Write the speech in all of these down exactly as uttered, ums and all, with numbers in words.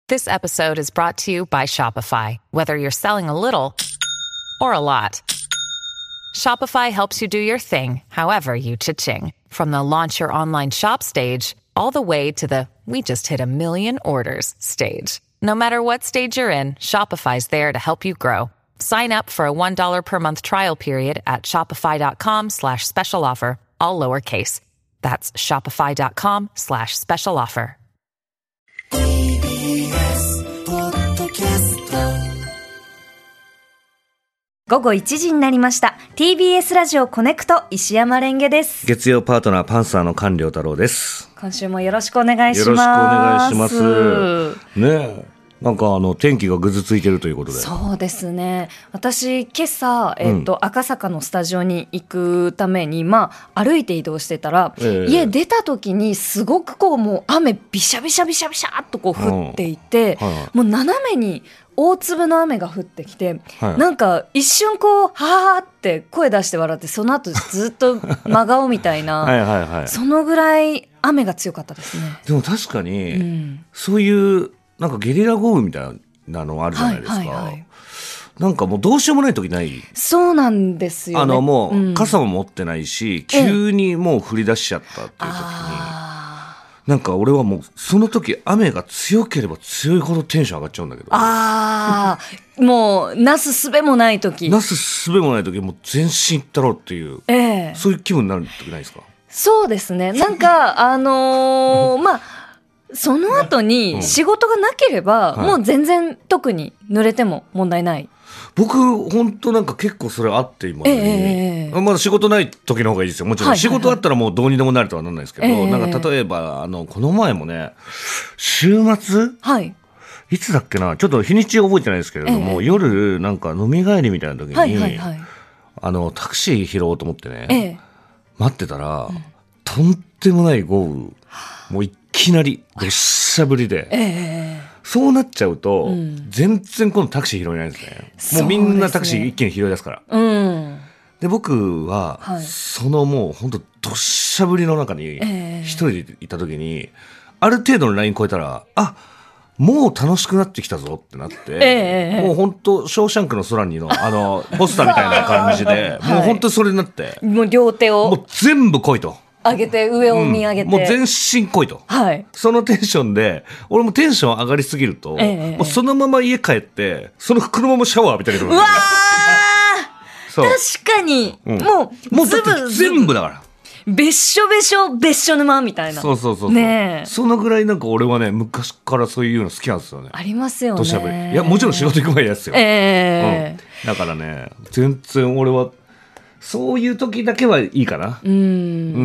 This episode is brought to you by Shopify. Whether you're selling a little or a lot, Shopify helps you do your thing, however you cha-ching. From the launch your online shop stage, all the way to the we just hit a million orders stage. No matter what stage you're in, Shopify's there to help you grow. Sign up for a one dollar per month trial period at shopify.com slash special offer, all lowercase. That's shopify.com slash special offer. ティービーエス ポッドキャスト午後いちじになりました。 ティービーエス ラジオコネクト石山レンゲです。 月曜パートナーパンサーの菅良太郎です。 今週もよろしくお願いします。 よろしくお願いしますねえ、なんかあの天気がぐずついてるということで。 そうですね、私今朝、えーとうん、赤坂のスタジオに行くために、まあ、歩いて移動してたら、えー、家出た時にすごくこうもう雨ビシャビシャビシャビシャっとこう降っていて、うんはい、もう斜めに大粒の雨が降ってきて、はい、なんか一瞬こうはーって声出して笑って、その後ずっと真顔みたいなはいはい、はい、そのぐらい雨が強かったですね。 でも確かに、うん、そういうなんかゲリラ豪雨みたいなのあるじゃないですか、はいはいはい、なんかもうどうしようもない時ない？ そうなんですよね。 あのもう、うん、傘も持ってないし急にもう降り出しちゃったっていう時に、なんか俺はもうその時雨が強ければ強いほどテンション上がっちゃうんだけど、 あもうなすすべもない時なすすべもない時もう全身いったろうっていう、えー、そういう気分になる時ないですか？ そうですね、なんかあのー、まあその後に仕事がなければ、うんはい、もう全然特に濡れても問題ない。 僕本当なんか結構それあって今、ねえー、まだ仕事ない時の方がいいですよもちろん、はいはいはい、仕事あったらもうどうにでもなるとはならないですけど、えー、なんか例えばあのこの前もね週末、はい、いつだっけなちょっと日にち覚えてないですけれども、えー、夜なんか飲み帰りみたいな時に、はいはいはい、あのタクシー拾おうと思ってね、えー、待ってたら、うん、とんでもない豪雨もういきなりどっしゃぶりで、えー、そうなっちゃうと、うん、全然今度タクシー拾えないんですね。もうみんなタクシー一気に拾い出すから、うん、で僕は、はい、そのもう本当どっしゃぶりの中に一人でいた時に、えー、ある程度のライン超えたらあもう楽しくなってきたぞってなって、えー、もう本当ショーシャンクの空にのあのポスターみたいな感じで、はい、もう本当それになってもう両手をもう全部来いと上げて上を見上げて、 うん、もう全身来いと、はい、そのテンションで俺もテンション上がりすぎると、えー、もうそのまま家帰ってその服のままシャワー浴びたりとか、うわ確かに、うん、もうもう全部だからべっしょべしょべっしょ沼みたいな。 そうそうそうそう、ね、そのぐらいなんか俺はね昔からそういうの好きなんですよね。 ありますよね。 土砂降りいやもちろん仕事行く前ですよ、えーうん、だからね全然俺はそういう時だけはいいかな。うーん、うん、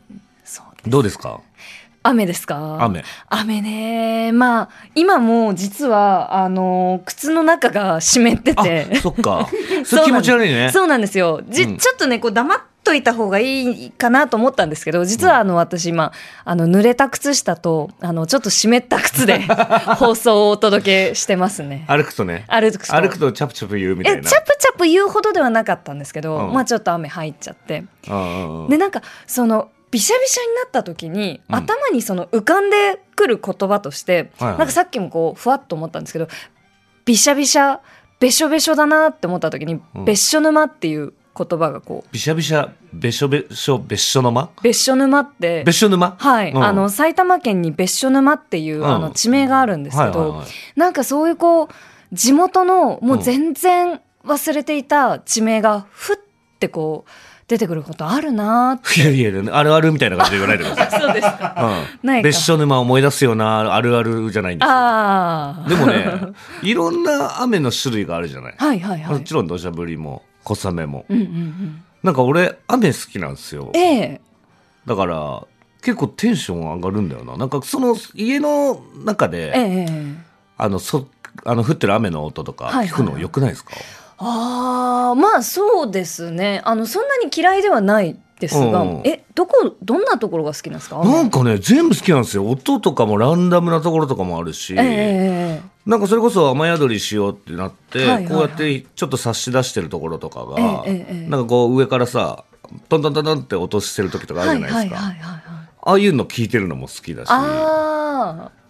そうです。どうですか？ 雨ですか？ 雨。 雨ね。まあ今も実はあの靴の中が湿ってて。 あ、そっか。それ気持ち悪いね。 そうなんですよ。じ、うん、ちょっとねこう黙っといた方がいいかなと思ったんですけど、実はあの私今あの濡れた靴下とあのちょっと湿った靴で放送をお届けしてますね。 歩くとね。 歩くと。 歩くとチャプチャプ言うみたいな。 えチャプチャプ言うほどではなかったんですけど、うん、まあちょっと雨入っちゃって。うん、でなんかそのビシャビシャになった時に、うん、頭にその浮かんでくる言葉として、はいはい、なんかさっきもこうふわっと思ったんですけど、ビシャビシャべしょべしょだなって思った時に、うん、べっしょ沼っていう言葉がこうビシャビシャべしょべしょべっしょ沼べっしょ沼ってべっしょ沼はい、うん、あの埼玉県にべっしょ沼っていう、うん、あの地名があるんですけど、はいはいはい、なんかそういうこう地元のもう全然忘れていた地名がふってこう出てくることあるなって。 いやいやあるあるみたいな感じで言わないでください。 そうですか、 うん、ないか別所沼を思い出すようなあるあるじゃないんですよ。あでもねいろんな雨の種類があるじゃない、はいはいはい、もちろん土砂降りも小雨も、うんうんうん、なんか俺雨好きなんですよ、ええ、だから結構テンション上がるんだよな。なんかその家の中で、ええ、あのそあの降ってる雨の音とか聞くの良くないですか？はいはいはい、 あまあそうですね。あのそんなに嫌いではないですが、うん、えどこどんなところが好きなんですか？ なんかね全部好きなんですよ。音とかもランダムなところとかもあるし、えー、なんかそれこそ雨宿りしようってなって、はいはいはい、こうやってちょっと差し出してるところとかが、えー、なんかこう上からさトントントントンって落としてる時とかあるじゃないですか、はいはいはいはい、ああいうの聞いてるのも好きだし、あ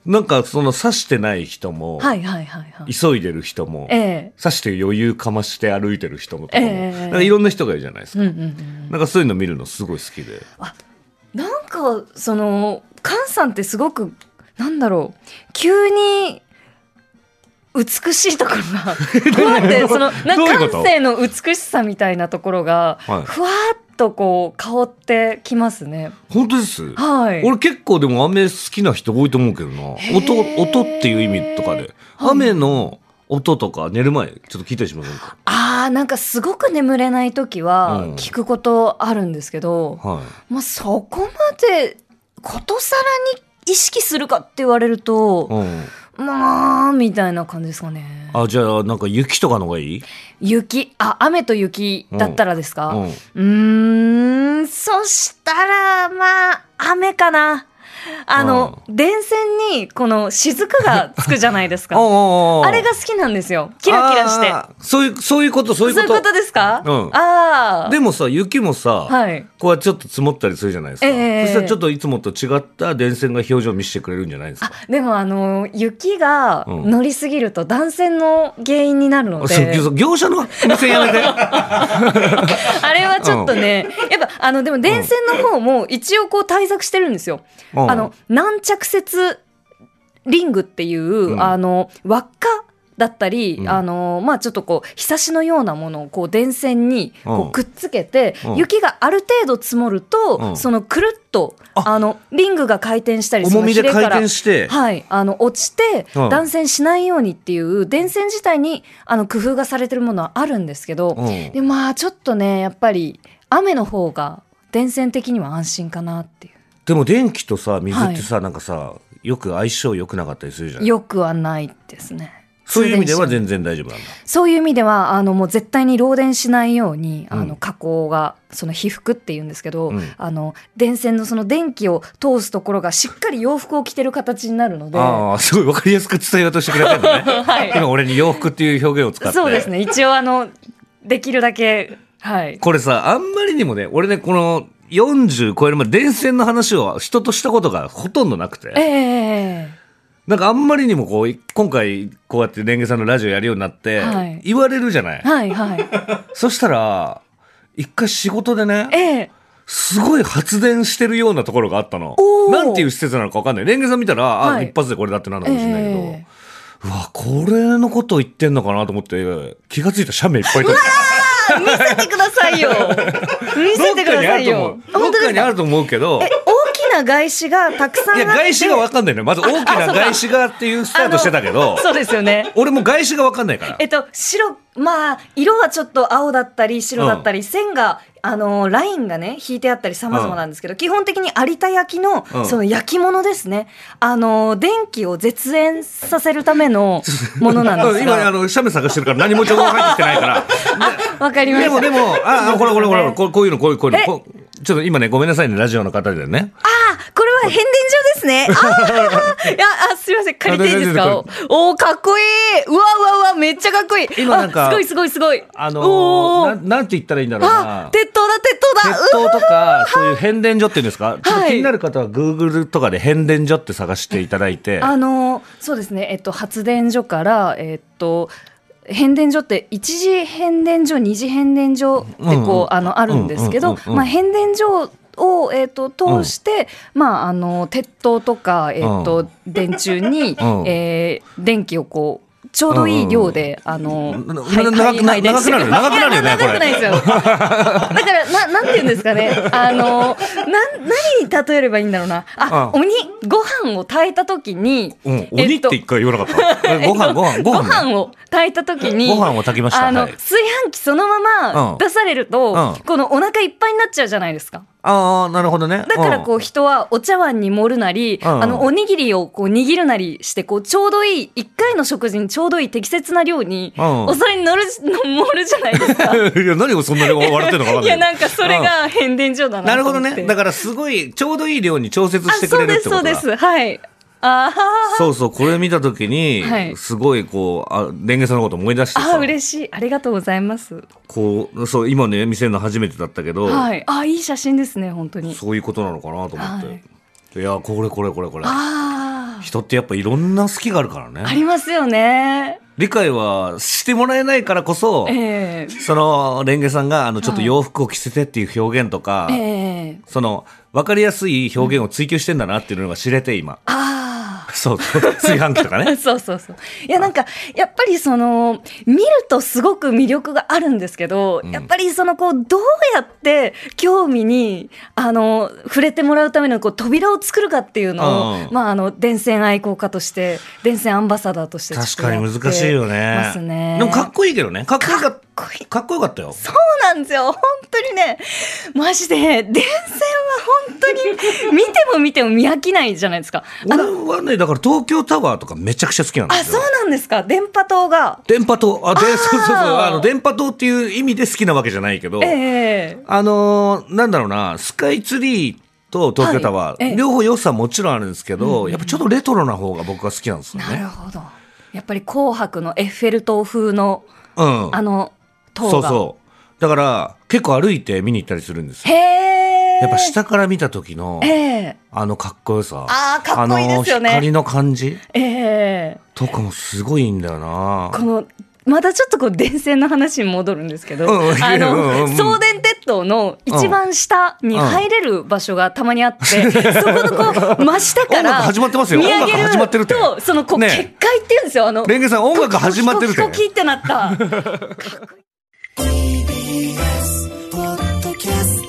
なんかその刺してない人も、 はいはいはいはい。 急いでる人も、 ええ、 刺して余裕かまして歩いてる人もとかも、 ええ、 なんかいろんな人がいるじゃないですか、 うんうんうん、 なんかそういうの見るのすごい好きで。 あ、なんかその菅さんってすごくなんだろう、急に美しいところがふわってそのなんか感性の美しさみたいなところがふわっとこう香ってきますね。 本当です、 はい、 俺結構でも雨好きな人多いと思うけどな。音音っていう意味とかで、はい、雨の音とか寝る前ちょっと聞いたりしませんか？ あー、なんかすごく眠れない時は聞くことあるんですけど、うん、はい、まあ、そこまでことさらに意識するかって言われると、うん、まあみたいな感じですかね。 あ、じゃあなんか雪とかの方がいい？ 雪、あ、雨と雪だったらですか？うん、うーん、そしたらまあ雨かな。あの、うん、電線にこの雫がつくじゃないですかあれが好きなんですよ。キラキラして。 そういう、そういうことそういうことそういうことですか？うん、 あ、でもさ、雪もさ、 はい、 こうやってちょっと積もったりするじゃないですか、えー、そしたらちょっといつもと違った電線が表情を見せてくれるんじゃないですか？ あ、でもあの雪が乗りすぎると断線の原因になるので、 うん、業者の目線やめてあれはちょっとね、うん、やっぱあのでも電線の方も一応こう対策してるんですよ。うん、あの軟着接リングっていう、うん、あの輪っかだったり、うん、あのまあ、ちょっとこうひさしのようなものをこう電線にこうくっつけて、うん、雪がある程度積もると、うん、そのくるっとあのリングが回転したり、 重みで回転して、 はい、あの落ちて断線しないようにっていう、うん、電線自体にあの工夫がされてるものはあるんですけど、うん、でまあちょっとねやっぱり雨の方が電線的には安心かなっていう。 でも電気とさ水ってさ、はい、なんかさよく相性良くなかったりするじゃない？ よくはないですね。 そういう意味では全然大丈夫なんだ。 そういう意味ではあのもう絶対に漏電しないように、うん、あの加工がその被覆っていうんですけど、うん、あの電線のその電気を通すところがしっかり洋服を着てる形になるので、 あ、すごい分かりやすく伝えようとしてくれてるのね、はい、今俺に洋服っていう表現を使って。 そうですね、一応あのできるだけ、はい、 これさあんまりにもね俺ねこのよんじゅう超えるまで電線の話を人としたことがほとんどなくて、えー、なんかあんまりにもこう今回こうやってレンゲさんのラジオやるようになって言われるじゃない、 はいはい、 そしたら一回仕事でね、 えー、 すごい発電してるようなところがあったの。なんていう施設なのか分かんない。レンゲさん見たら、はい、あ一発でこれだってなるかもしれないけど、えー、うわこれのことを言ってんのかなと思って気がついた写メいっぱい撮って見せてくださいよ見せてくださいよ。 どっかにあると思うけど、 え大きな外資がたくさんあって、いや外資が分かんないのよ。まず大きな外資がっていうスタートしてたけどそうですよね。 俺も外資が分かんないから、 えっと白、まあ色はちょっと青だったり白だったり、うん、線があのラインがね引いてあったり様々なんですけど、うん、基本的に有田焼の、うん、その焼き物ですね。あの電気を絶縁させるためのものなんですが今あの写メ探してるから何も情報入ってきてないからあ、わかりました。 でもでもああこれこれこれこうこういうのこういうこういうのこうちょっと今ねごめんなさいねラジオの方でね。 ああこれは変電所ですね。あいやあすいません借りていいですか。おおかっこいい。うわうわうわめっちゃかっこいい。 今なんかすごいすごいすごい。 あのー、な, なんて言ったらいいんだろうな。 鉄塔だ鉄塔だ。 鉄塔とかそういう変電所っていうんですか。ちょっと気になる方は Google とかで変電所って探していただいて。 あのー、そうですね。えっと発電所からえっと。変電所って一次変電所二次変電所ってこう、うんうん、あのあるんですけど、まあ、変電所を、えー、と通して、うんまあ、あの鉄塔とか、えーとうん、電柱に、うんえー、電気をこうちょうどいい量で、うん、あの、 長くなる長くなる長くなるよねこれ。長くないですよ。だからななんて言うんですかね。あのな何に例えればいいんだろうな。あ、うん、鬼ご飯を炊いた時に、 うん、鬼って一回言わなかった。ご飯ご飯ご飯を炊いた時にご飯を炊きました。 あの、 はい、 炊飯器そのまま出されると、うん、このお腹いっぱいになっちゃうじゃないですか。 ああなるほどね。 だからこう人はお茶碗に盛るなり、うん、あのおにぎりをこう握るなりしてこうちょうどいいいっかいの食事にちょうどいい適切な量に、うん、お皿に乗る盛るじゃないですか。 いや何をそんなに笑ってるのか分かんない。 いやなんかそれが変電所だなと思って、うん、なるほどね。 だからすごいちょうどいい量に調節してくれるってことだ。 そうですそうです。はい。あそうそうこれ見たときに、はい、すごいこうあレンゲさんのこと思い出してさ。 あ嬉しいありがとうございます。 こうそう今ね見せるの初めてだったけど、 はい、あいい写真ですね本当に。 そういうことなのかなと思って、はい、 いやこれこれこれこれあ人ってやっぱいろんな好きがあるからね。 ありますよね。 理解はしてもらえないからこそ、 ええそのレンゲさんがあのちょっと洋服を着せてっていう表現とか、 ええその分かりやすい表現を追求してんだなっていうのが知れて今、 あそうそう炊飯器とかあねそうそうそう。いやなんかやっぱりその見るとすごく魅力があるんですけど、やっぱりそのこうどうやって興味にあの触れてもらうためのこう扉を作るかっていうのを、 うんまああの電線愛好家として電線アンバサダーとしてちょっ確かにとやって難しいよね。 ますね。 でもかっこいいけどね。かっこよかっかっこいいかっこよかったよ。 そうなんですよ。本当にね、マジで電線は本当に見ても見ても見飽きないじゃないですか。あ俺のはねだから東京タワーとかめちゃくちゃ好きなんであ、 すよ。 そうなんですか。電波塔が。 電波塔あであーそうそうそうあの電波塔っていう意味で好きなわけじゃないけど、 ええあのーなんだろうなスカイツリーと東京タワー、 はいええ両方良さもちろんあるんですけど、やっぱちょっとレトロな方が僕は好きなんですよね。 なるほど。やっぱり紅白のエッフェル塔風のうんあの塔が。 そうそうだから結構歩いて見に行ったりするんですよ。 へえ。 やっぱ下から見た時のええあのかっこよさ、 あーかっこいいですよねあの光の感じええとかもすごいんだよな。 このまたちょっとこう電線の話に戻るんですけど、 うんあの、 うんうんうん送電鉄塔の一番下に入れる場所がたまにあって、そこのこう真下か音楽ら始まってますよ見上音楽始まってるってげると、そのこうね結界っていうんですよ。あのレンゲさん音楽始まってるってコキコキコキってなった。 ティービーエス ポッドキャスト